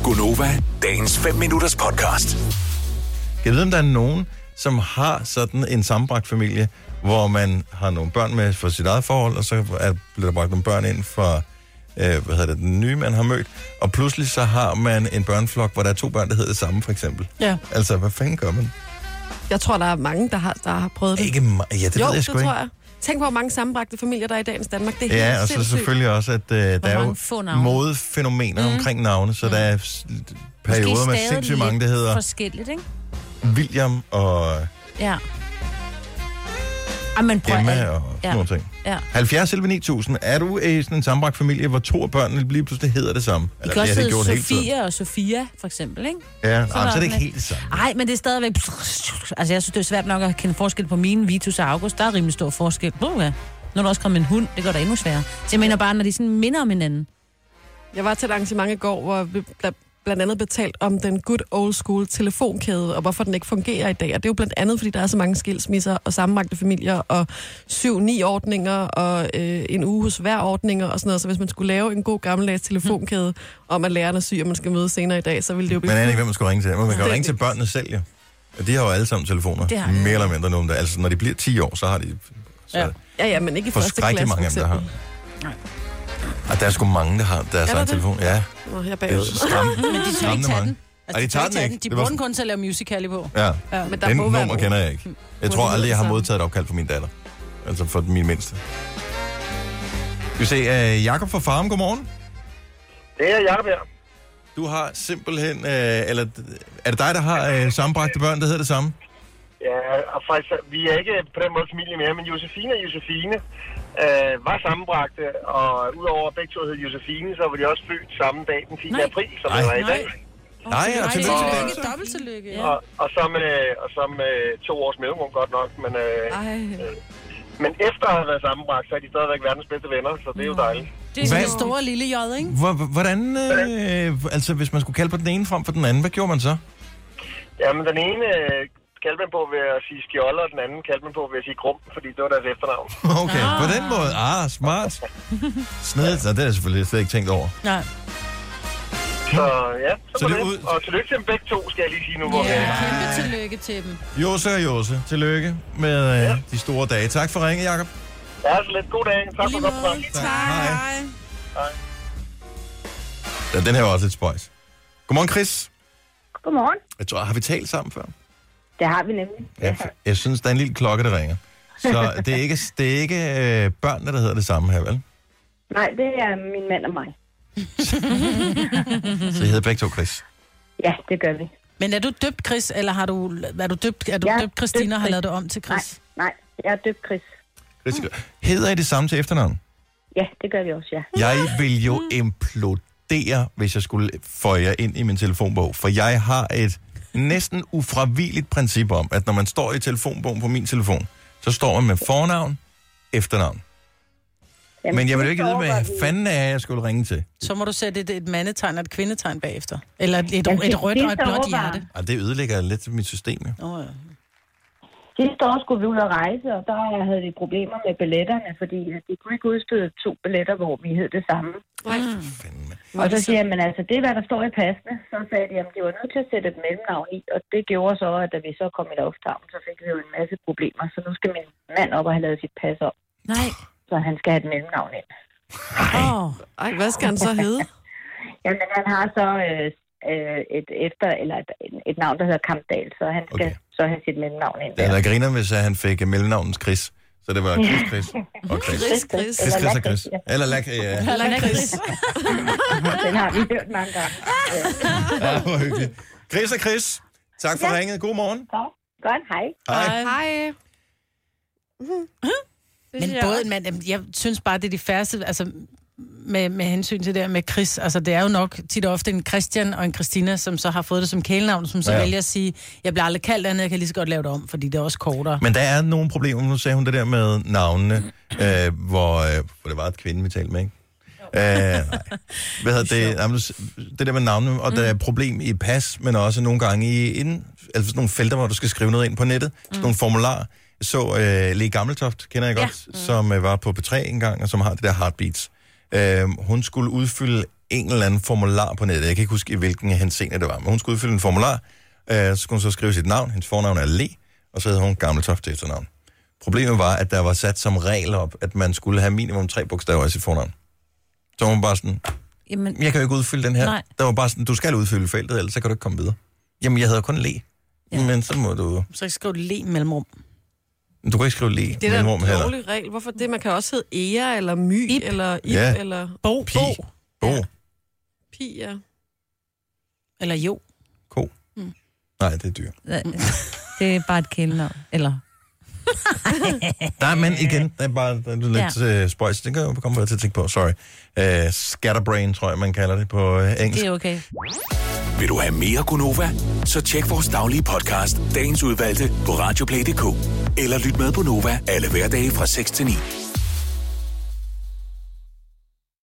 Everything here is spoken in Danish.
Gonova, dagens 5 minutters podcast. Jeg ved, om der er nogen, som har sådan en sammenbragt familie, hvor man har nogle børn med for sit eget forhold, og så bliver der bragt nogle børn ind for den nye, man har mødt. Og pludselig så har man en børneflok, hvor der er 2 børn, der hedder det samme, for eksempel. Ja. Altså, hvad fanden gør man? Jeg tror, der er mange, der har prøvet det. Ikke det ved jeg sgu ikke. Tror jeg. Tænk på, hvor mange sammenbragte familier, der er i dagens Danmark. Det er helt og så sindssygt. selvfølgelig også, at der er jo modefænomener omkring navne, så der er perioder med sindssygt mange, der hedder forskelligt, ikke? William og Emma og sådan nogle ting. Ja. 70 11 9000. Er du i sådan en sammenbragt familie, hvor 2 af børnene lige pludselig hedder det samme? Det kan også hedde Sofia og Sofia, for eksempel, ikke? Ja, så er det ikke helt det samme. Nej, men det er stadigvæk... Altså, jeg synes, det er svært nok at kende forskel på mine, Vitus og August. Der er rimelig stor forskel. Nu er der også kommet en hund. Det går da endnu sværere. Så jeg mener bare, når de sådan minder om hinanden. Jeg var til et arrangement i går, hvor vi blandt andet betalt om den good old school telefonkæde, og hvorfor den ikke fungerer i dag. Og det er jo blandt andet, fordi der er så mange skilsmisser og sammenbragte familier, og 7-9 ordninger, og en uge hos hver ordninger, og sådan noget. Så hvis man skulle lave en god gammeldags telefonkæde, om at lærerne er syg, og man skal møde senere i dag, så ville det jo blive... Men aner ikke, hvem man skulle ringe til. Man kan jo ringe til børnene selv, jo. Og de har jo alle sammen telefoner. Mere eller mindre nogle der. Altså, når de bliver 10 år, så har de... Ja, men ikke i første klasse, mange af dem, der har. Og der er sgu mange, der har deres egen telefon. Ja. Nå, jeg er bagud. Men de tør ikke tage den. De tager den ikke. De bruger den kun til at lave musical på. Ja, men der den må nummer kender jeg ikke. Jeg tror aldrig, jeg har modtaget et opkald fra min datter. Altså for min mindste. Vi ser Jakob fra Farum, godmorgen. Det er Jakob her. Du har simpelthen, eller er det dig, der har sammenbragte børn, der hedder det samme? Ja, og faktisk, vi er ikke på den måde familie mere, men Josefine og Josefine var sammenbragte, og udover at begge to hed Josefine, så var de også født samme dag, den 10. april, som det var i dag. Nej, og tillykke til det. Dobbelt tillykke, ja. Og så med 2 års mellemrum godt nok, men efter at have været sammenbragt, så er de stadigvæk verdens bedste venner, så det er jo dejligt. Det er sådan en stor lille J, ikke? Hvordan, altså hvis man skulle kalde på den ene frem for den anden, hvad gjorde man så? Jamen den ene kaldte man på ved at sige skjolder, og den anden kaldte man på ved at sige grum, fordi det var deres efternavn. Okay, på den måde. Smart. Snedigt, det har jeg selvfølgelig slet ikke tænkt over. Nej. Så ja, så det. Og tillykke til dem begge to, skal jeg lige sige nu. Kæmpe tillykke til dem. Jose og Jose, tillykke med de store dage. Tak for ringe, Jakob. Ja, så lidt god dag. Tak for godt program. Hej. Ja, den her var også lidt spøjs. Godmorgen, Chris. Godmorgen. Jeg tror, har vi talt sammen før? Det har vi nemlig. Ja, jeg synes, der er en lille klokke, der ringer. Så det er ikke børnene, der hedder det samme her, vel? Nej, det er min mand og mig. Så I hedder begge to Chris? Ja, det gør vi. Men er du døbt Chris, eller er du døbt Christina og har lavet det om til Chris? Nej, jeg er døbt Chris. Hedder I det samme til efternavn? Ja, det gør vi også, ja. Jeg vil jo implodere, hvis jeg skulle føje jer ind i min telefonbog, for jeg har et næsten ufravigeligt princip om, at når man står i telefonbogen på min telefon, så står man med fornavn, efternavn. Jamen, men jeg vil jo ikke vide, hvad fanden er jeg skulle ringe til. Så må du sætte et mandetegn og et kvindetegn bagefter. Eller et rødt og et blåt hjerte. Ja, det ødelægger lidt mit system, jo. Sidste år skulle vi ud og rejse, og der havde vi problemer med billetterne, fordi vi kunne ikke udstede 2 billetter, hvor vi hed det samme. Og så siger jeg, men altså, det er, hvad der står i passene. Så sagde de, at de var nødt til at sætte et mellemnavn i, og det gjorde så, at da vi så kom i lufthavnen, så fik vi jo en masse problemer. Så nu skal min mand op og have lavet sit pas op. Nej. Så han skal have et mellemnavn ind. Hvad skal han så hedde? Jamen, han har så et navn, der hedder Kampdal, så han skal så have sit mellemnavn ind. Det havde griner, hvis han fik mellemnavnens Chris. Så det var Chris og Chris. Chris. Chris og Chris. Eller Chris. Den har vi hørt mange gange. Ja, hvor hyggeligt. Chris og Chris, tak for ringet. God morgen. Godt, hej. Hej. Men jeg synes bare, det er de færreste, altså med hensyn til det med Chris, altså det er jo nok tit og ofte en Christian og en Christina, som så har fået det som kælenavn, som så vælger at sige, jeg bliver aldrig kaldt andet, jeg kan lige så godt lave det om, fordi det er også kortere. Men der er nogle problemer, nu sagde hun det der med navnene, hvor det var et kvinde, vi talte med, ikke? Det der med navnene, og der er et problem i pas, men også nogle gange i altså nogle felter, hvor du skal skrive noget ind på nettet, sådan nogle formularer. Så Lee Gammeltoft, kender jeg godt, som var på P3 engang, og som har det der Heartbeats. Hun skulle udfylde en eller anden formular på nettet. Jeg kan ikke huske, i hvilken henseende det var. Men hun skulle udfylde en formular. Så skulle hun så skrive sit navn. Hendes fornavn er Le. Og så hed hun Gammeltoft til efternavn. Problemet var, at der var sat som regel op, at man skulle have minimum 3 bogstaver i sit fornavn. Så var man bare sådan, jamen, jeg kan jo ikke udfylde den her. Nej. Der var bare sådan, du skal udfylde feltet, ellers så kan du ikke komme videre. Jamen, jeg hedder kun Le. Ja. Men så må du... Så ikke skrive Le mellemrum. Du kan ikke skrive Le mellemrum heller. Det er da en dårlig regel. Hvorfor det? Man kan også hedde Ea, eller My, Ip. eller Ip, ja. eller... Bo. Pi. Bo. Ja. Pi, ja. Eller Jo. Ko. Nej, det er dyr. Det er bare et kælenavn. Eller... Nej, men igen, det er bare lidt spøjs. Det kan jeg jo komme til at tænke på. Sorry. Scatterbrain, tror jeg, man kalder det på engelsk. Det er okay. Vil du have mere Gunova? Så tjek vores daglige podcast, dagens udvalgte, på radioplay.dk. Eller lyt med på Nova alle hverdage fra 6 til 9.